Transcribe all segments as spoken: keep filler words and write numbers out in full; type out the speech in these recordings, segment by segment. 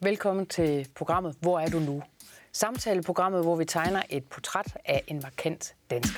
Velkommen til programmet Hvor er du nu? Samtaleprogrammet, hvor vi tegner et portræt af en markant dansker.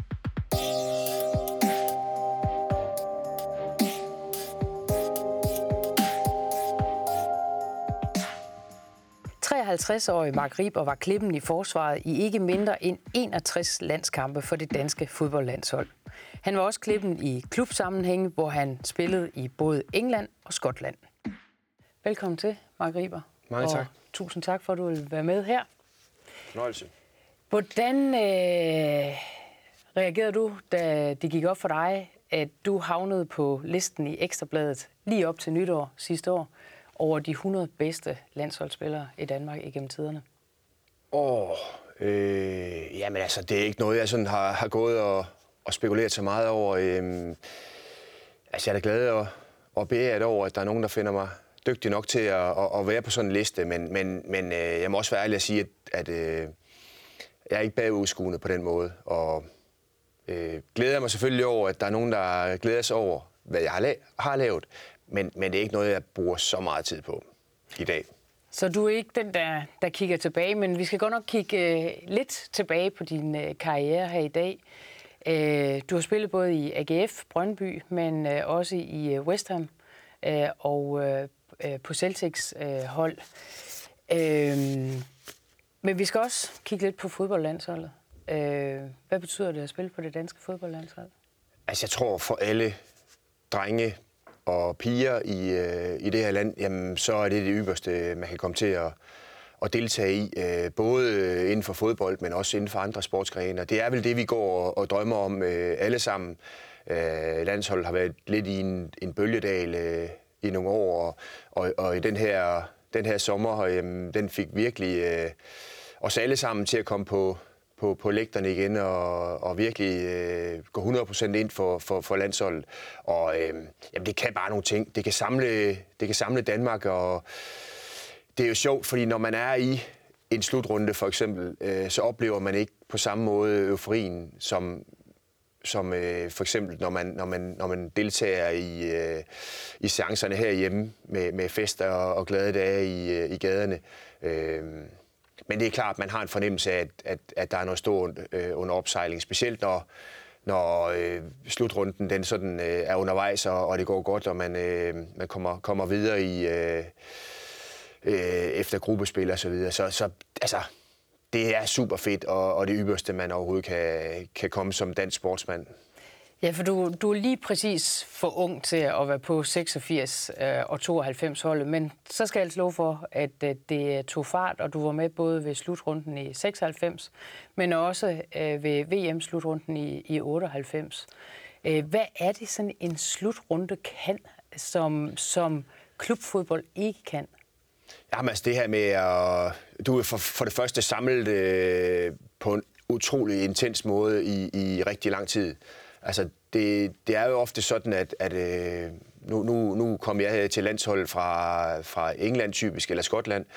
treoghalvtreds-årig Mark Riber var klippen i forsvaret i ikke mindre end enogtres landskampe for det danske fodboldlandshold. Han var også klippen i klubsammenhænge, hvor han spillede i både England og Skotland. Velkommen til, Mark Riber. Mange tak. Og tusind tak for, at du vil være med her. Fornøjelse. Hvordan øh, reagerede du, da det gik op for dig, at du havnede på listen i Ekstrabladet lige op til nytår sidste år over de hundrede bedste landsholdsspillere i Danmark igennem tiderne? Åh, oh, øh, jamen altså, det er ikke noget, jeg sådan har, har gået og, og spekuleret så meget over. Øhm, altså, jeg er da glad og, og beæret over, at der er nogen, der finder mig dygtig nok til at, at, at være på sådan en liste, men, men, men øh, jeg må også være ærlig at sige, at, at øh, jeg er ikke bagudskuende på den måde, og øh, glæder mig selvfølgelig over, at der er nogen, der glæder sig over, hvad jeg har, la- har lavet, men, men det er ikke noget, jeg bruger så meget tid på i dag. Så du er ikke den, der, der kigger tilbage, men vi skal godt nok kigge øh, lidt tilbage på din øh, karriere her i dag. Øh, du har spillet både i A G F, Brøndby, men øh, også i øh, West Ham øh, og øh, på Celtics øh, hold. Øh, men vi skal også kigge lidt på fodboldlandsholdet. Øh, hvad betyder det at spille på det danske fodboldlandshold? Altså, jeg tror for alle drenge og piger i, øh, i det her land, jamen, så er det det ypperste, man kan komme til at, at deltage i. Øh, både inden for fodbold, men også inden for andre sportsgrene. Og det er vel det, vi går og, og drømmer om øh, alle sammen. Øh, landsholdet har været lidt i en, en bølgedal øh, i nogle år, og, og, og i den her, den her sommer, øh, den fik virkelig øh, os alle sammen til at komme på, på, på lægterne igen, og, og virkelig øh, gå hundrede procent ind for, for, for landsholdet. Og øh, jamen, det kan bare nogle ting. Det kan samle, det kan samle Danmark, og det er jo sjovt, fordi når man er i en slutrunde for eksempel, øh, så oplever man ikke på samme måde euforien, som som øh, for eksempel, når man, når man, når man deltager i, øh, i seancerne herhjemme med, med fester og, og glade dage i, øh, i gaderne. Øh, men det er klart, at man har en fornemmelse af, at, at, at der er noget stort øh, under opsejling, specielt når, når øh, slutrunden den sådan, øh, er undervejs, og, og det går godt, og man, øh, man kommer, kommer videre i, øh, øh, efter gruppespil og så videre. Så, så altså, det er super fedt, og, og det ypperste, man overhovedet kan, kan komme som dansk sportsmand. Ja, for du, du er lige præcis for ung til at være på seksogfirs og tooghalvfems holdet, men så skal jeg altså love for, at det tog fart, og du var med både ved slutrunden i seksoghalvfems, men også ved V M-slutrunden i, i otteoghalvfems. Hvad er det sådan en slutrunde kan, som, som klubfodbold ikke kan? Jamen altså det her med at... Du er for, for det første samlet øh, på en utrolig intens måde i, i rigtig lang tid. Altså det, det er jo ofte sådan, at, at øh, nu, nu, nu kom jeg til landshold fra, fra England typisk, eller Skotland.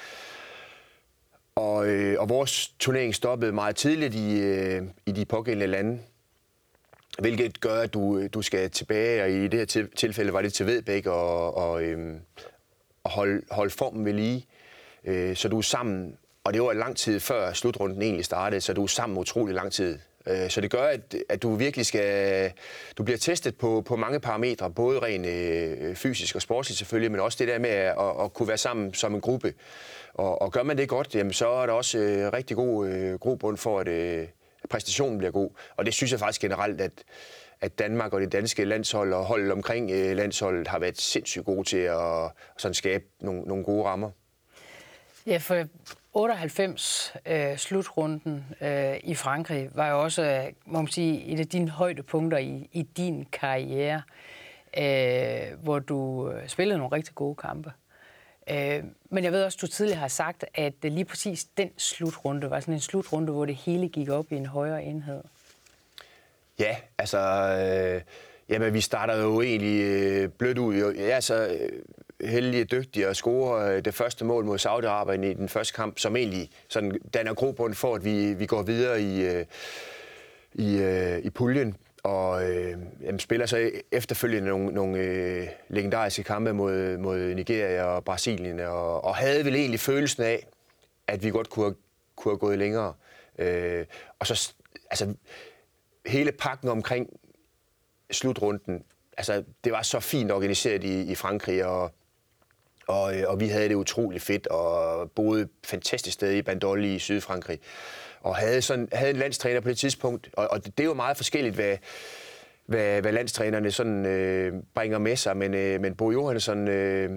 Og, øh, og vores turnering stoppede meget tidligt i, øh, i de pågældende lande. Hvilket gør, at du, du skal tilbage, og i det her tilfælde var det til Vedbæk, og, og, øh, og holde, holde formen ved lige. Øh, så du er sammen, og det var lang tid før slutrunden egentlig startede, så du er sammen utrolig lang tid. Øh, så det gør, at, at du virkelig skal, du bliver testet på, på mange parametre, både rent øh, fysisk og sportsligt selvfølgelig, men også det der med at, at, at kunne være sammen som en gruppe. Og, og gør man det godt, jamen, så er der også øh, rigtig god øh, grobund for, at øh, præstationen bliver god. Og det synes jeg faktisk generelt, at at Danmark og det danske landshold og holdet omkring øh, landsholdet har været sindssygt gode til at, at sådan skabe nogle, nogle gode rammer. Ja, for otteoghalvfems øh, slutrunden øh, i Frankrig var jo også, må man sige, et af dine højdepunkter i, i din karriere, øh, hvor du spillede nogle rigtig gode kampe. Øh, men jeg ved også, at du tidligere har sagt, at lige præcis den slutrunde var sådan en slutrunde, hvor det hele gik op i en højere enhed. Ja, altså, øh, jamen, vi starter jo egentlig øh, blødt ud. Jeg er så øh, heldig og dygtig at score øh, det første mål mod Saudi-Arabien i den første kamp, som egentlig sådan, danner grobund for, at vi, vi går videre i, øh, i, øh, i puljen. og øh, jamen, spiller så efterfølgende nogle, nogle øh, legendariske kampe mod, mod Nigeria og Brasilien, og, og havde vel egentlig følelsen af, at vi godt kunne have, kunne have gået længere. Øh, og så altså, hele pakken omkring slutrunden, altså, det var så fint organiseret i, i Frankrig, og, og, og vi havde det utroligt fedt, og boede et fantastisk sted i Bandol i Sydfrankrig, og havde, sådan, havde en landstræner på det tidspunkt, og, og det er jo meget forskelligt, hvad, hvad, hvad landstrænerne sådan, øh, bringer med sig, men, øh, men Bo Johansson øh,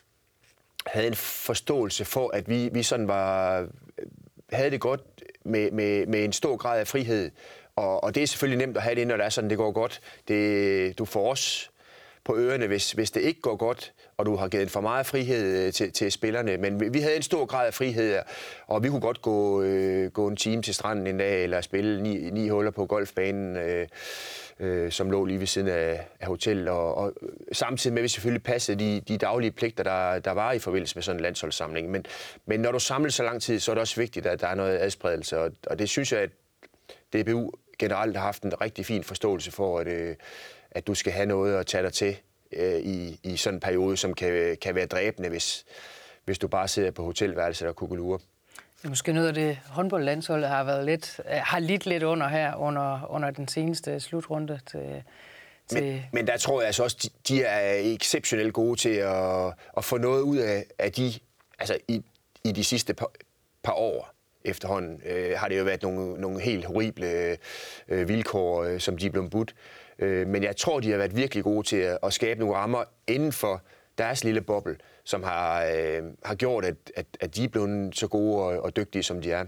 havde en forståelse for, at vi, vi sådan var, havde det godt med, med, med en stor grad af frihed, og, og det er selvfølgelig nemt at have det, når det er sådan, det går godt. Det, du får os på ørerne, hvis, hvis det ikke går godt, og du har givet for meget frihed til, til spillerne. Men vi havde en stor grad af frihed, og vi kunne godt gå, øh, gå en time til stranden en dag, eller spille ni, ni huller på golfbanen, øh, øh, som lå lige ved siden af, af hotellet. Og, og samtidig med, at vi selvfølgelig passede de, de daglige pligter, der, der var i forbindelse med sådan en landsholdssamling. Men, men når du samler så lang tid, så er det også vigtigt, at der er noget adspredelse, og, og det synes jeg, at D B U generelt har haft en rigtig fin forståelse for, at, øh, at du skal have noget at tage dig til øh, i, i sådan en periode, som kan, kan være dræbende, hvis, hvis du bare sidder på hotelværelset og kugelure. Det er måske noget af det, håndboldlandsholdet har været lidt, har lidt lidt under her, under, under den seneste slutrunde til... til... Men, men der tror jeg altså også, de, de er exceptionelt gode til at, at få noget ud af, af de, altså i, i de sidste par, par år. Efterhånden øh, har det jo været nogle, nogle helt horrible øh, vilkår, øh, som de er blevet budt. Øh, men jeg tror, de har været virkelig gode til at, at skabe nogle rammer inden for deres lille boble, som har, øh, har gjort, at, at, at de er blevet så gode og, og dygtige, som de er.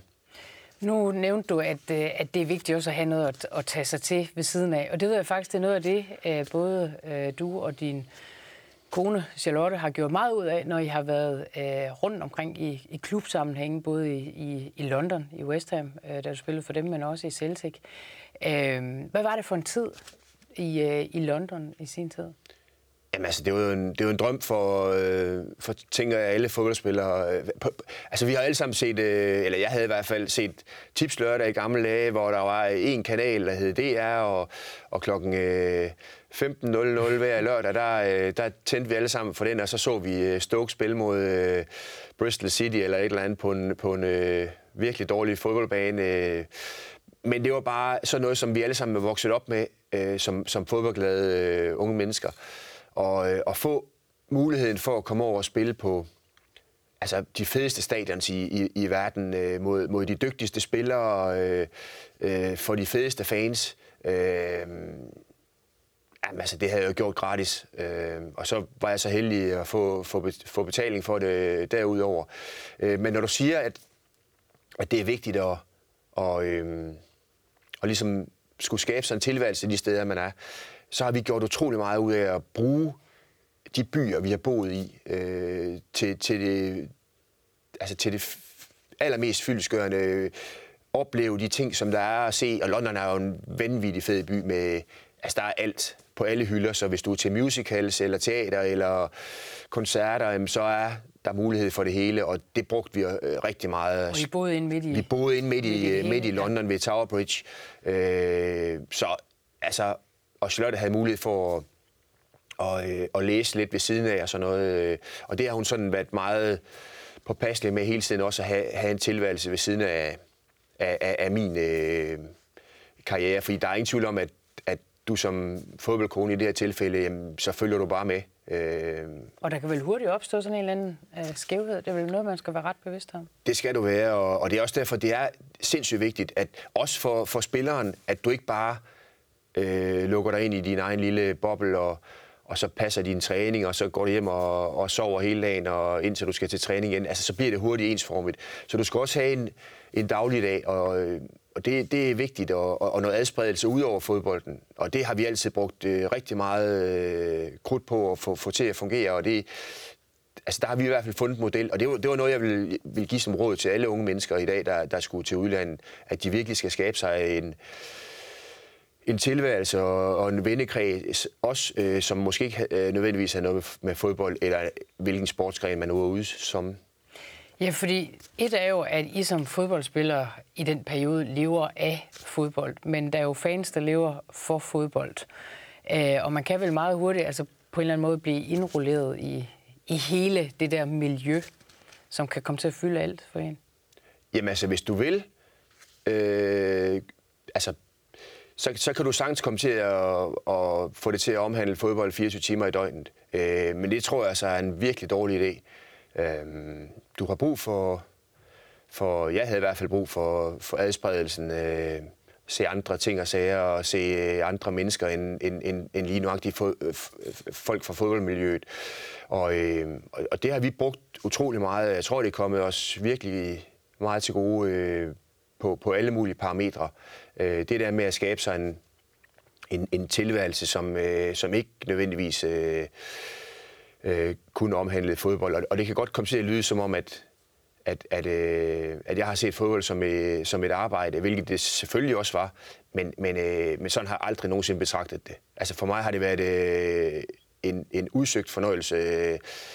Nu nævnte du, at, at det er vigtigt også at have noget at, at tage sig til ved siden af. Og det ved jeg faktisk, det er noget af det, både du og din kone Charlotte har gjort meget ud af, når I har været øh, rundt omkring i, i klubsammenhænge, både i, i, i London, i West Ham, øh, der du spillede for dem, men også i Celtic. Øh, hvad var det for en tid i, øh, i London i sin tid? Jamen altså, det var jo en, det var en drøm for, øh, for, tænker jeg, alle fodboldspillere. Altså, vi har alle sammen set, øh, eller jeg havde i hvert fald set Tipslørdag i gamle dage, hvor der var en kanal, der hed D R, og, og klokken øh, femten nul nul hver lørdag, der, øh, der tændte vi alle sammen for den, og så så vi Stoke spille mod øh, Bristol City eller et eller andet på en, på en øh, virkelig dårlig fodboldbane. Øh. Men det var bare sådan noget, som vi alle sammen er vokset op med, øh, som, som fodboldglade øh, unge mennesker. Og øh, at få muligheden for at komme over og spille på altså, de fedeste stadions i, i, i verden, øh, mod, mod de dygtigste spillere, øh, øh, for de fedeste fans. Øh, jamen, altså, det havde jeg jo gjort gratis. Øh, og så var jeg så heldig at få, få, få betaling for det derudover. Øh, men når du siger, at, at det er vigtigt at, og, øh, at ligesom skulle skabe sig en tilværelse de steder, man er, så har vi gjort utrolig meget ud af at bruge de byer, vi har boet i, øh, til, til, det, altså til det allermest fyldestgørende. Opleve de ting, som der er at se. Og London er jo en vanvittig fed by med, altså der er alt på alle hylder. Så hvis du er til musicals eller teater eller koncerter, så er der mulighed for det hele, og det brugte vi rigtig meget. Og I boede inde midt i... Vi boede inde midt i, midt i, midt i London ved Tower Bridge. Øh, så altså... Og Charlotte havde mulighed for at, at, at læse lidt ved siden af og sådan noget. Og det har hun sådan været meget påpasselig med hele tiden også at have, have en tilværelse ved siden af, af, af min øh, karriere. Fordi der er ingen tvivl om, at, at du som fodboldkone i det her tilfælde, jamen, så følger du bare med. Øh, og der kan vel hurtigt opstå sådan en eller anden øh, skævhed. Det er vel noget, man skal være ret bevidst om. Det skal du være, og, og det er også derfor, det er sindssygt vigtigt, at også for, for spilleren, at du ikke bare Øh, lukker dig ind i din egen lille boble, og, og så passer din træning, og så går du hjem og, og sover hele dagen, og indtil du skal til træning igen. Altså, så bliver det hurtigt ensformigt. Så du skal også have en, en dagligdag, og, og det, det er vigtigt, og, og noget adspredelse ud over fodbolden. Og det har vi altid brugt øh, rigtig meget øh, krudt på at få, få til at fungere, og det, altså, der har vi i hvert fald fundet en model, og det var, det var noget, jeg vil, vil give som råd til alle unge mennesker i dag, der, der skulle til udlandet, at de virkelig skal skabe sig en en tilværelse og en vennekreds, også øh, som måske ikke øh, nødvendigvis har noget med fodbold, eller hvilken sportsgren man nu er ude som. Ja, fordi et er jo, at I som fodboldspillere i den periode lever af fodbold, men der er jo fans, der lever for fodbold. Øh, og man kan vel meget hurtigt altså på en eller anden måde blive indrulleret i, i hele det der miljø, som kan komme til at fylde alt for en. Jamen altså, hvis du vil, øh, altså, så, så kan du sagtens komme til at, at få det til at omhandle fodbold fireogtyve timer i døgnet. Øh, men det tror jeg altså er en virkelig dårlig idé. Øh, du har brug for, for, jeg havde i hvert fald brug for, for adspredelsen, øh, se andre ting og sager, og se andre mennesker end, end, end, end lige nøjagtigt folk fra fodboldmiljøet. Og, øh, og det har vi brugt utrolig meget. Jeg tror, det er kommet os virkelig meget til gode øh, på, på alle mulige parametre. Øh, det der med at skabe sig en, en, en tilværelse, som, øh, som ikke nødvendigvis øh, øh, kun omhandlede fodbold. Og, og det kan godt komme til at lyde som om, at At, at, øh, at jeg har set fodbold som, øh, som et arbejde, hvilket det selvfølgelig også var, men, men, øh, men sådan har jeg aldrig nogensinde betragtet det. Altså for mig har det været øh, en, en udsøgt fornøjelse øh,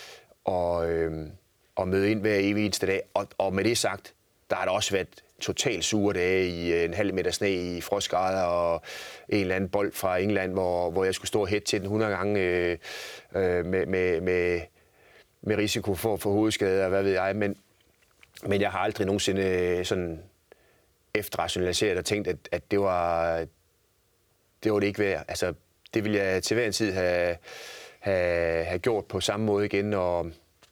at, øh, at møde ind hver evig eneste dag. Og, og med det sagt, der har der også været totalt sure dage i en halv meter sne i frostgrader og en eller anden bold fra England, hvor, hvor jeg skulle stå og hætte til den hundrede gange øh, øh, med, med, med, med risiko for at få hovedskade og hvad ved jeg, men Men jeg har aldrig nogensinde sådan efterrationaliseret og tænkt, at, at det, var, det var det ikke værd. Altså, det ville jeg til hver en tid have, have, have gjort på samme måde igen. Og,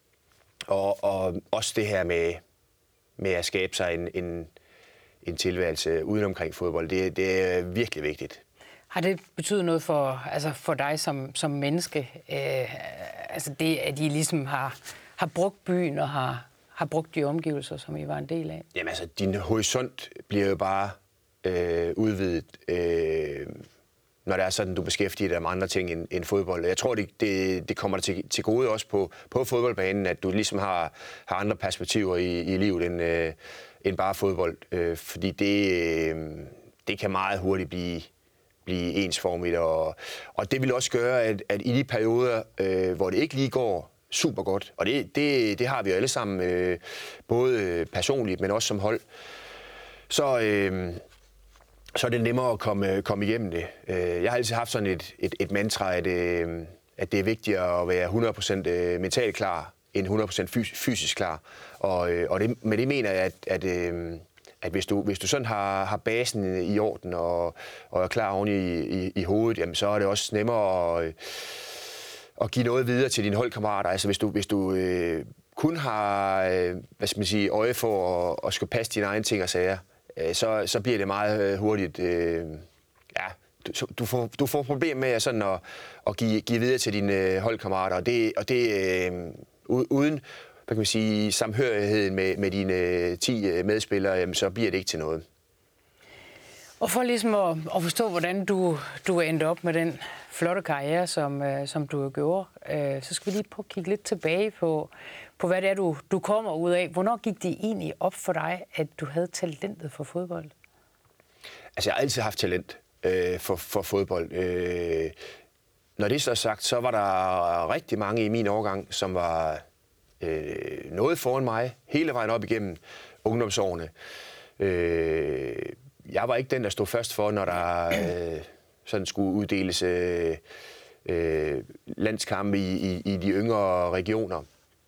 og, og også det her med, med at skabe sig en, en, en tilværelse uden omkring fodbold, det, det er virkelig vigtigt. Har det betydet noget for, altså for dig som, som menneske? Øh, altså det, at I ligesom har, har brugt byen og har... har brugt de omgivelser, som I var en del af? Jamen altså, din horisont bliver jo bare øh, udvidet, øh, når det er sådan, du beskæftiger dig med andre ting end, end fodbold. Jeg tror, det, det, det kommer dig til, til gode også på, på fodboldbanen, at du ligesom har, har andre perspektiver i, i livet end, øh, end bare fodbold. Øh, fordi det, øh, det kan meget hurtigt blive, blive ensformigt. Og, og det vil også gøre, at, at i de perioder, øh, hvor det ikke lige går super godt, og det, det, det har vi jo alle sammen, øh, både personligt, men også som hold, så, øh, så er det nemmere at komme, komme igennem det. Jeg har altid haft sådan et, et, et mantra, at, øh, at det er vigtigere at være hundrede procent mentalt klar, end hundrede procent fysisk klar. Og, og det, med det mener jeg, at, at, øh, at hvis, du, hvis du sådan har, har basen i orden og, og er klar oven i, i, i hovedet, jamen, så er det også nemmere at, at give noget videre til dine holdkammerater. Altså hvis du, hvis du øh, kun har øh, hvad skal man sige, øje for at, at skulle passe dine egne ting og sager, øh, så, så bliver det meget hurtigt... Øh, ja, du, du, får, du får problemer med sådan at, at give, give videre til dine holdkammerater, og det, og det øh, uden hvad kan man sige, samhørigheden med, med dine ti medspillere, jamen, så bliver det ikke til noget. Og for ligesom at, at forstå, hvordan du, du er endt op med den flotte karriere, som, som du gjorde, øh, så skal vi lige prøve at kigge lidt tilbage på, på hvad det er, du, du kommer ud af. Hvornår gik det egentlig op for dig, at du havde talentet for fodbold? Altså, jeg har altid haft talent øh, for, for fodbold. Øh, når det så er sagt, så var der rigtig mange i min årgang, som var øh, noget foran mig, hele vejen op igennem ungdomsårene. Øh, Jeg var ikke den, der stod først for, når der øh, sådan skulle uddeles øh, øh, landskampe i, i, i de yngre regioner.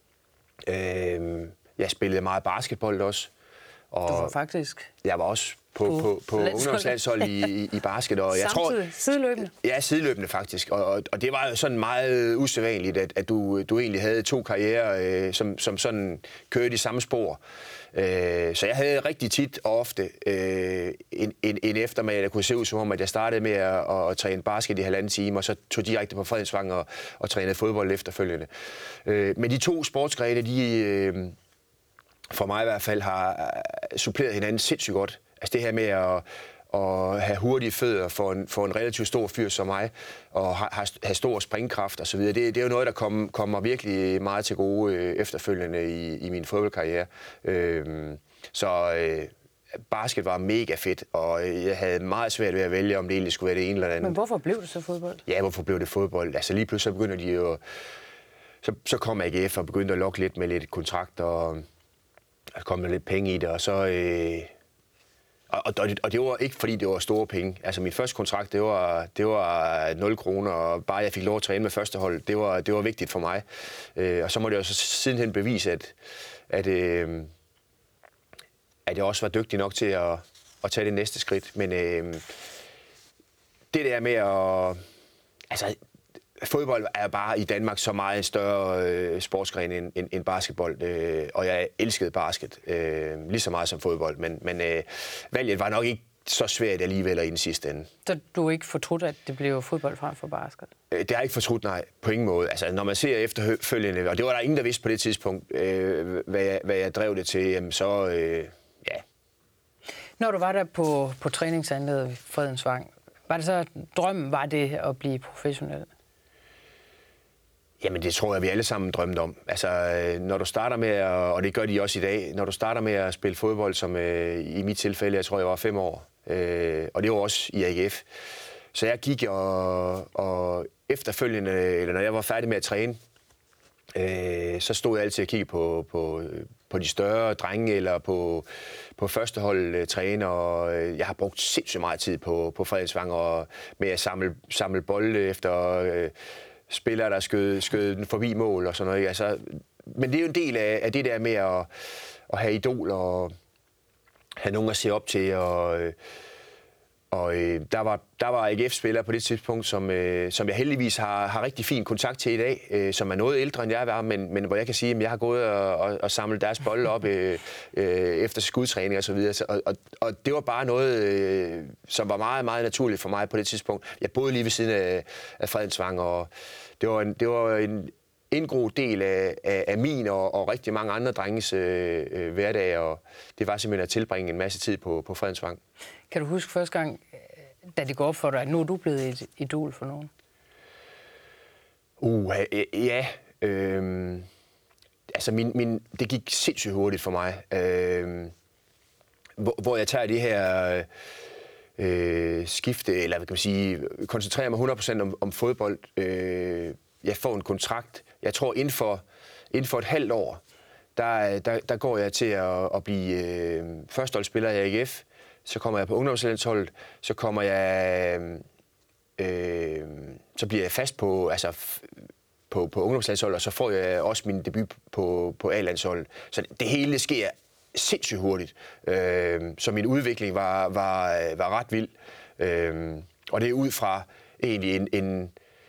Øh, jeg spillede meget basketball også. Og du var faktisk... Jeg var også på, på, på, på ungdomslandshold i, i basket. Og jeg Samtidig? tror, sideløbende? Ja, sideløbende faktisk. Og, og, og det var jo sådan meget usædvanligt, at, at du, du egentlig havde to karrierer, øh, som, som sådan kørte i samme spor. Øh, så jeg havde rigtig tit og ofte øh, en, en, en eftermiddag, der kunne se ud som om, at jeg startede med at, at, at træne basket i halvanden time, og så tog direkte på Fredensvang og, og trænede fodbold efterfølgende. Øh, men de to sportsgrene, de... Øh, for mig i hvert fald har suppleret hinanden sindssygt godt. Altså det her med at, at have hurtige fødder for en, for en relativt stor fyr som mig, og have, have stor springkraft osv., det, det er jo noget, der kom, kommer virkelig meget til gode øh, efterfølgende i, i min fodboldkarriere. Øh, så øh, basket var mega fedt, og jeg havde meget svært ved at vælge, om det egentlig skulle være det ene eller andet. Men hvorfor blev det så fodbold? Ja, hvorfor blev det fodbold? Altså lige pludselig så begynder de jo... Så, så kom A G F og begyndte at lokke lidt med lidt kontrakt, og... der kom lidt penge i det, og så... Øh, og, og, og det var ikke, fordi det var store penge. Altså, min første kontrakt, det var, det var nul kroner, og bare jeg fik lov at træne med første hold, det var, det var vigtigt for mig. Øh, og så måtte jeg jo så sidenhen bevise, at, at, øh, at jeg også var dygtig nok til at, at tage det næste skridt. Men øh, det der med at... Altså, fodbold er bare i Danmark så meget en større øh, sportsgren end, end, end basketball, øh, og jeg elskede basket øh, lige så meget som fodbold, men, men øh, valget var nok ikke så svært alligevel i den sidste ende. Så du er ikke fortrudt, at det blev fodbold frem for basket? Øh, det har jeg ikke fortrudt, nej, på ingen måde. Altså, når man ser efterfølgende, og det var der ingen, der vidste på det tidspunkt, øh, hvad, jeg, hvad jeg drev det til, jamen, så øh, ja. Når du var der på, på træningsanlægget i Fredensvang, var det så drømmen, var det at blive professionel? Jamen, det tror jeg, vi alle sammen drømte om. Altså, når du starter med, at, og det gør de også i dag, når du starter med at spille fodbold, som øh, i mit tilfælde, jeg tror, jeg var fem år, øh, og det var også i A G F. Så jeg gik og, og efterfølgende, eller når jeg var færdig med at træne, øh, så stod jeg altid og kiggede på, på, på de større drenge, eller på, på førstehold træne, og jeg har brugt sindssygt meget tid på, på Fredensvang, og med at samle, samle bolde efter... Øh, spillere, der skød, skød den forbi mål og sådan noget. Altså, men det er jo en del af, af det der med at, at have idol og have nogen at se op til. Og, og der var, der var A G F-spillere på det tidspunkt, som, som jeg heldigvis har, har rigtig fin kontakt til i dag, som er noget ældre end jeg var, men, men hvor jeg kan sige, at jeg har gået og, og, og samlet deres bolde op øh, efter skudtræning og så videre. Og, og, og det var bare noget, øh, som var meget, meget naturligt for mig på det tidspunkt. Jeg boede lige ved siden af, af Fredensvang, og det var en, det var en indgro del af, af, af min og, og rigtig mange andre drenges øh, øh, hverdag, og det var simpelthen at tilbringe en masse tid på, på Fredensvang. Kan du huske første gang, da det går op for dig, at nu er du blevet et idol for nogen? Uh, ja. Øh, altså, min, min, det gik sindssygt hurtigt for mig. Øh, hvor, hvor jeg tager det her øh, skifte, eller hvad kan man sige, koncentrerer mig hundrede procent om, om fodbold. Øh, jeg får en kontrakt. Jeg tror, inden for, inden for et halvt år, der, der, der går jeg til at, at blive øh, førsteholdsspiller i A G F. Så kommer jeg på ungdomslandsholdet, så kommer jeg, øh, så bliver jeg fast på, altså, på, på ungdomslandsholdet, og så får jeg også min debut på, på A-landsholdet. Så det hele sker sindssygt hurtigt. Øh, så min udvikling var, var, var ret vild. Øh, og det er ud fra egentlig en, en,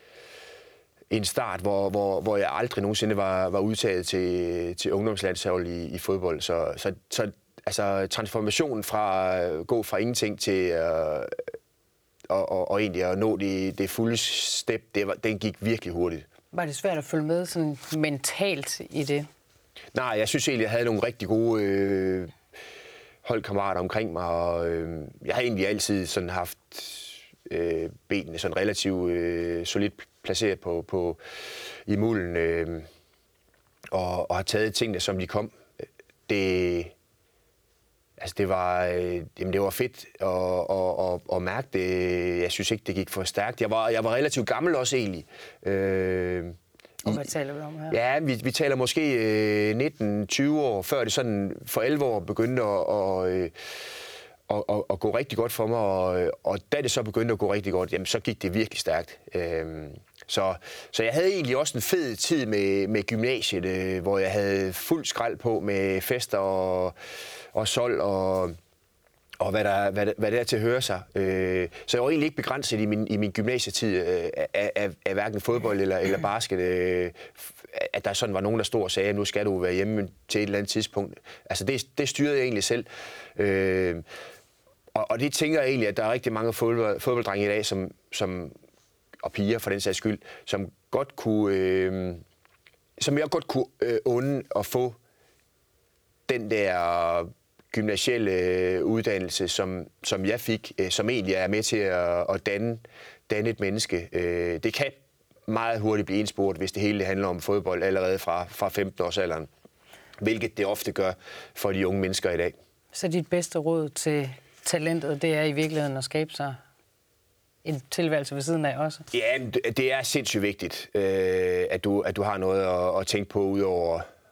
en start, hvor, hvor, hvor jeg aldrig nogensinde var, var udtaget til, til ungdomslandsholdet i, i fodbold. Så, så, så altså transformationen fra at gå fra ingenting til øh, og, og, og egentlig at nå det, det fulde step, det var, den gik virkelig hurtigt. Var det svært at følge med sådan mentalt i det? Nej, jeg synes egentlig, jeg havde nogle rigtig gode øh, holdkammerater omkring mig, og øh, jeg har egentlig altid sådan haft øh, benene sådan relativt øh, solidt placeret på, på, i mulden, øh, og, og har taget tingene, som de kom. Det... Altså, det var, øh, jamen, det var fedt at, at, at, at mærke det. Jeg synes ikke, det gik for stærkt. Jeg var, jeg var relativt gammel også egentlig. Øh, og hvad taler vi om her? Ja, vi, vi taler måske øh, nitten tyve år, før det sådan for alvor begyndte at, at, at, at, at gå rigtig godt for mig. Og, og da det så begyndte at gå rigtig godt, jamen, så gik det virkelig stærkt. Øh, så, så jeg havde egentlig også en fed tid med, med gymnasiet, øh, hvor jeg havde fuld skrald på med fester og og sol, og, og hvad, der, hvad, hvad der er til at høre sig. Øh, så jeg var egentlig ikke begrænset i min, i min gymnasietid øh, af, af, af hverken fodbold eller, eller basket, øh, at der sådan var nogen, der stod og sagde, at nu skal du være hjemme til et eller andet tidspunkt. Altså det, det styrede jeg egentlig selv. Øh, og, og det tænker jeg egentlig, at der er rigtig mange fodbold, fodbolddrenge i dag, som, som, og piger for den sags skyld, som godt kunne, øh, som jeg godt kunne øh, unde at få den der gymnasielle uddannelse, som, som jeg fik, som egentlig er med til at, at danne, danne et menneske. Det kan meget hurtigt blive ensport, hvis det hele handler om fodbold allerede fra, fra femten-årsalderen, hvilket det ofte gør for de unge mennesker i dag. Så dit bedste råd til talentet, det er i virkeligheden at skabe sig en tilværelse ved siden af også? Ja, det er sindssygt vigtigt, at du, at du har noget at, at tænke på, udover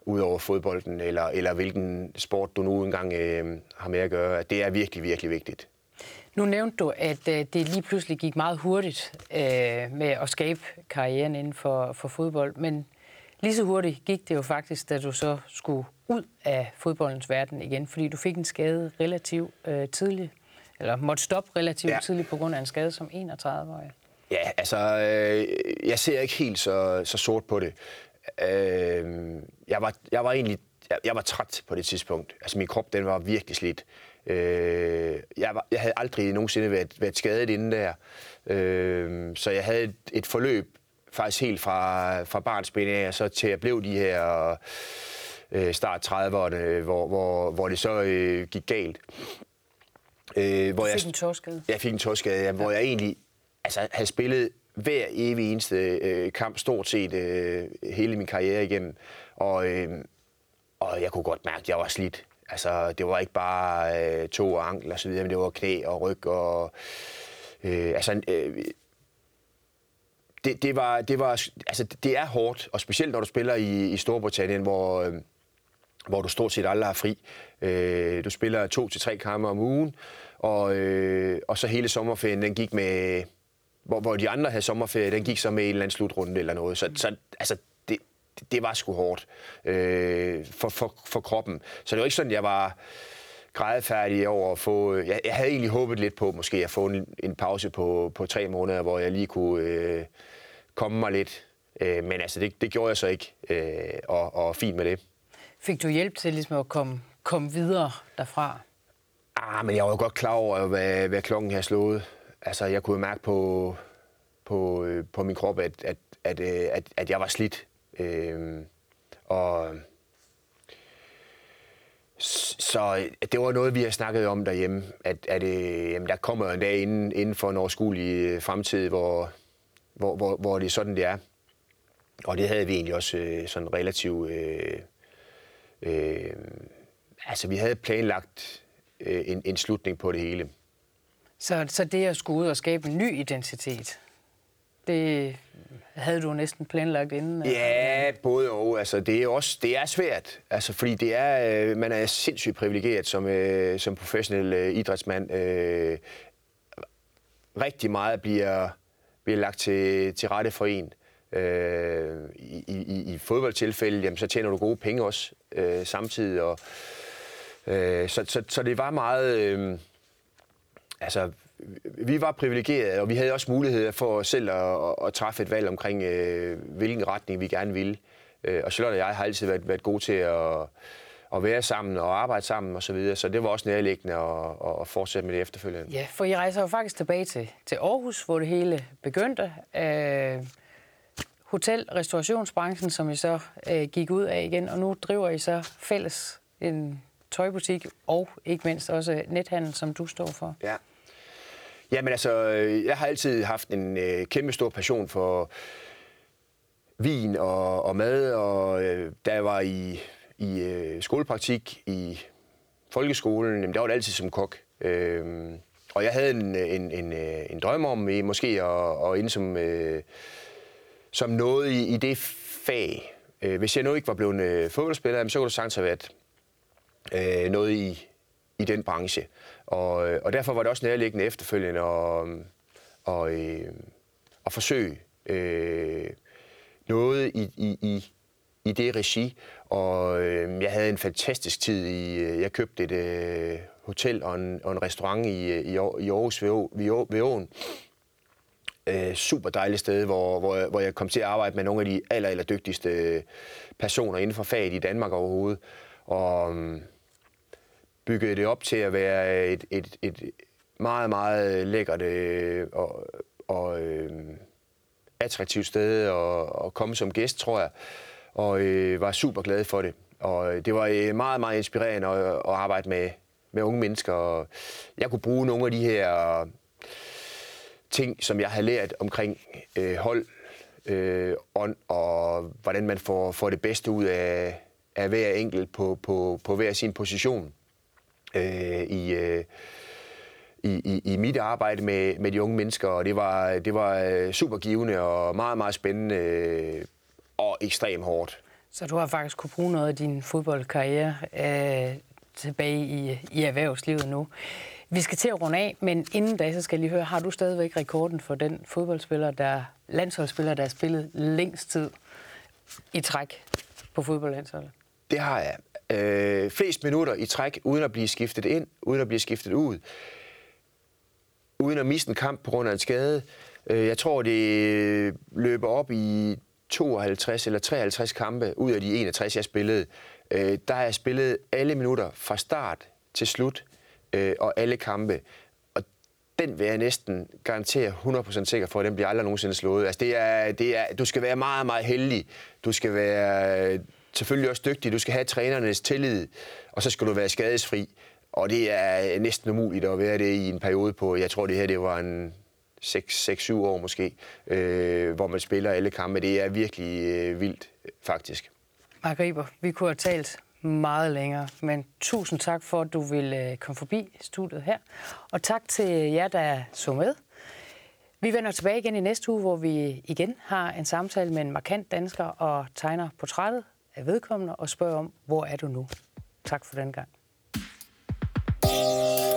ud over fodbolden, eller, eller hvilken sport du nu engang øh, har med at gøre. Det er virkelig, virkelig vigtigt. Nu nævnte du, at øh, det lige pludselig gik meget hurtigt øh, med at skabe karrieren inden for, for fodbold, men lige så hurtigt gik det jo faktisk, da du så skulle ud af fodboldens verden igen, fordi du fik en skade relativt øh, tidligt, eller måtte stoppe relativt ja. tidligt på grund af en skade som enogtredive-årig. Ja, altså, øh, jeg ser ikke helt så, så sort på det. Øh, jeg, var, jeg var egentlig jeg, jeg var træt på det tidspunkt. Altså, min krop, den var virkelig slidt. Øh, jeg, var, jeg havde aldrig nogensinde været, været skadet inden der. Øh, så jeg havde et, et forløb, faktisk helt fra, fra barnsben af, så til jeg blev de her øh, start trediverne, hvor, hvor, hvor det så øh, gik galt. Øh, hvor du fik jeg, en tåskade? Jeg fik en tåskade, ja, ja. Hvor jeg egentlig altså, havde spillet hver evig eneste øh, kamp, stort set øh, hele min karriere igennem. Og, øh, og jeg kunne godt mærke, at jeg var slidt. Altså, det var ikke bare øh, tå og ankel og så videre, men det var knæ og ryg og... Øh, altså, øh, det, det, var, det, var, altså, det er hårdt, og specielt når du spiller i, i Storbritannien, hvor, øh, hvor du stort set aldrig har fri. Øh, du spiller to til tre kampe om ugen, og, øh, og så hele sommerferien, den gik med... Hvor, hvor de andre havde sommerferie, den gik så med en eller anden slutrunde eller noget. Så, så altså, det, det var sgu hårdt øh, for, for, for kroppen. Så det var ikke sådan, jeg var grædefærdig over at få... Jeg, jeg havde egentlig håbet lidt på måske at få en, en pause på, på tre måneder, hvor jeg lige kunne øh, komme mig lidt. Øh, men altså, det, det gjorde jeg så ikke, øh, og, og fint med det. Fik du hjælp til ligesom at komme, komme videre derfra? Ah, men jeg var jo godt klar over, hvad, hvad klokken havde slået. Altså, jeg kunne mærke på, på, på min krop, at, at, at, at, at jeg var slidt. Øhm, og så det var noget, vi har snakket om derhjemme, at, at øh, jamen, der kommer en dag inden, inden for en overskuelig fremtid, hvor, hvor, hvor, hvor det er sådan, det er. Og det havde vi egentlig også øh, sådan relativt... Øh, øh, altså, vi havde planlagt øh, en, en slutning på det hele. Så, så det at skulle ud og skabe en ny identitet, det havde du næsten planlagt inden? Ja, både og. Altså, det er også det er svært, altså, fordi det er, man er sindssygt privilegeret som, øh, som professionel øh, idrætsmand. Øh, rigtig meget bliver, bliver lagt til, til rette for en. Øh, i, i, I fodboldtilfælde, jamen, så tjener du gode penge også øh, samtidig. Og, øh, så, så, så det var meget... Øh, Altså, vi var privilegerede, og vi havde også mulighed for selv at, at, at træffe et valg omkring, øh, hvilken retning vi gerne ville. Øh, og Charlotte og jeg har altid været, været gode til at, at være sammen og arbejde sammen osv., så, videre. Så det var også nærliggende at, at fortsætte med det efterfølgende. Ja, for I rejser jo faktisk tilbage til, til Aarhus, hvor det hele begyndte. Øh, hotel- og restaurationsbranchen, som I så øh, gik ud af igen, og nu driver I så fælles en tøjbutik og ikke mindst også nethandel, som du står for. Ja. Jamen altså, jeg har altid haft en øh, kæmpe stor passion for vin og, og mad, og øh, da jeg var i, i øh, skolepraktik i folkeskolen, jamen, der var det altid som kok. Øh, og jeg havde en, en, en, en drøm om øh, måske at, at ende som, øh, som noget i, i det fag. Øh, hvis jeg nu ikke var blevet øh, fodboldspiller, så kunne det sagtens have været øh, noget i, i den branche. Og, og derfor var det også nærliggende efterfølgende at, og, øh, at forsøge øh, noget i, i, i, i det regi. Og øh, jeg havde en fantastisk tid. I, jeg købte et øh, hotel og en, og en restaurant i, i, i Aarhus ved, ved Åen. Øh, super dejligt sted, hvor, hvor, hvor jeg kom til at arbejde med nogle af de aller, aller dygtigste personer inden for faget i Danmark overhovedet. Og byggede det op til at være et, et, et meget, meget lækkert øh, og, og øh, attraktivt sted at, at komme som gæst, tror jeg. Og øh, var super glad for det. Og det var meget, meget inspirerende at, at arbejde med, med unge mennesker. Og jeg kunne bruge nogle af de her ting, som jeg havde lært omkring øh, hold, øh, ånd og hvordan man får, får det bedste ud af, af hver enkelt på, på, på hver sin position. Øh, i, øh, i, i, i mit arbejde med, med de unge mennesker, og det var, det var super givende og meget, meget spændende øh, og ekstremt hårdt. Så du har faktisk kunne bruge noget af din fodboldkarriere øh, tilbage i, i erhvervslivet nu. Vi skal til at runde af, men inden da, så skal jeg lige høre, har du stadigvæk rekorden for den fodboldspiller, der landsholdsspiller, der har spillet længst tid i træk på fodboldlandsholdet? Det har jeg. Øh, flest minutter i træk, uden at blive skiftet ind, uden at blive skiftet ud, uden at miste en kamp på grund af en skade. Jeg tror, det løber op i tooghalvtreds eller treoghalvtreds kampe ud af de enogtres, jeg spillede. Der har jeg spillet alle minutter fra start til slut, og alle kampe. Og den vil jeg næsten garantere hundrede procent sikker for, at den bliver aldrig nogensinde slået. Altså, det er, det er, du skal være meget, meget heldig. Du skal være selvfølgelig også dygtig. Du skal have trænernes tillid, og så skal du være skadesfri. Og det er næsten umuligt at være det i en periode på, jeg tror det her det var en seks syv år måske, øh, hvor man spiller alle kampe. Det er virkelig øh, vildt, faktisk. Mark Riber, vi kunne have talt meget længere, men tusind tak for, at du ville komme forbi studiet her. Og tak til jer, der så med. Vi vender tilbage igen i næste uge, hvor vi igen har en samtale med en markant dansker og tegner portrættet af vedkommende og spørger om, hvor er du nu? Tak for den gang.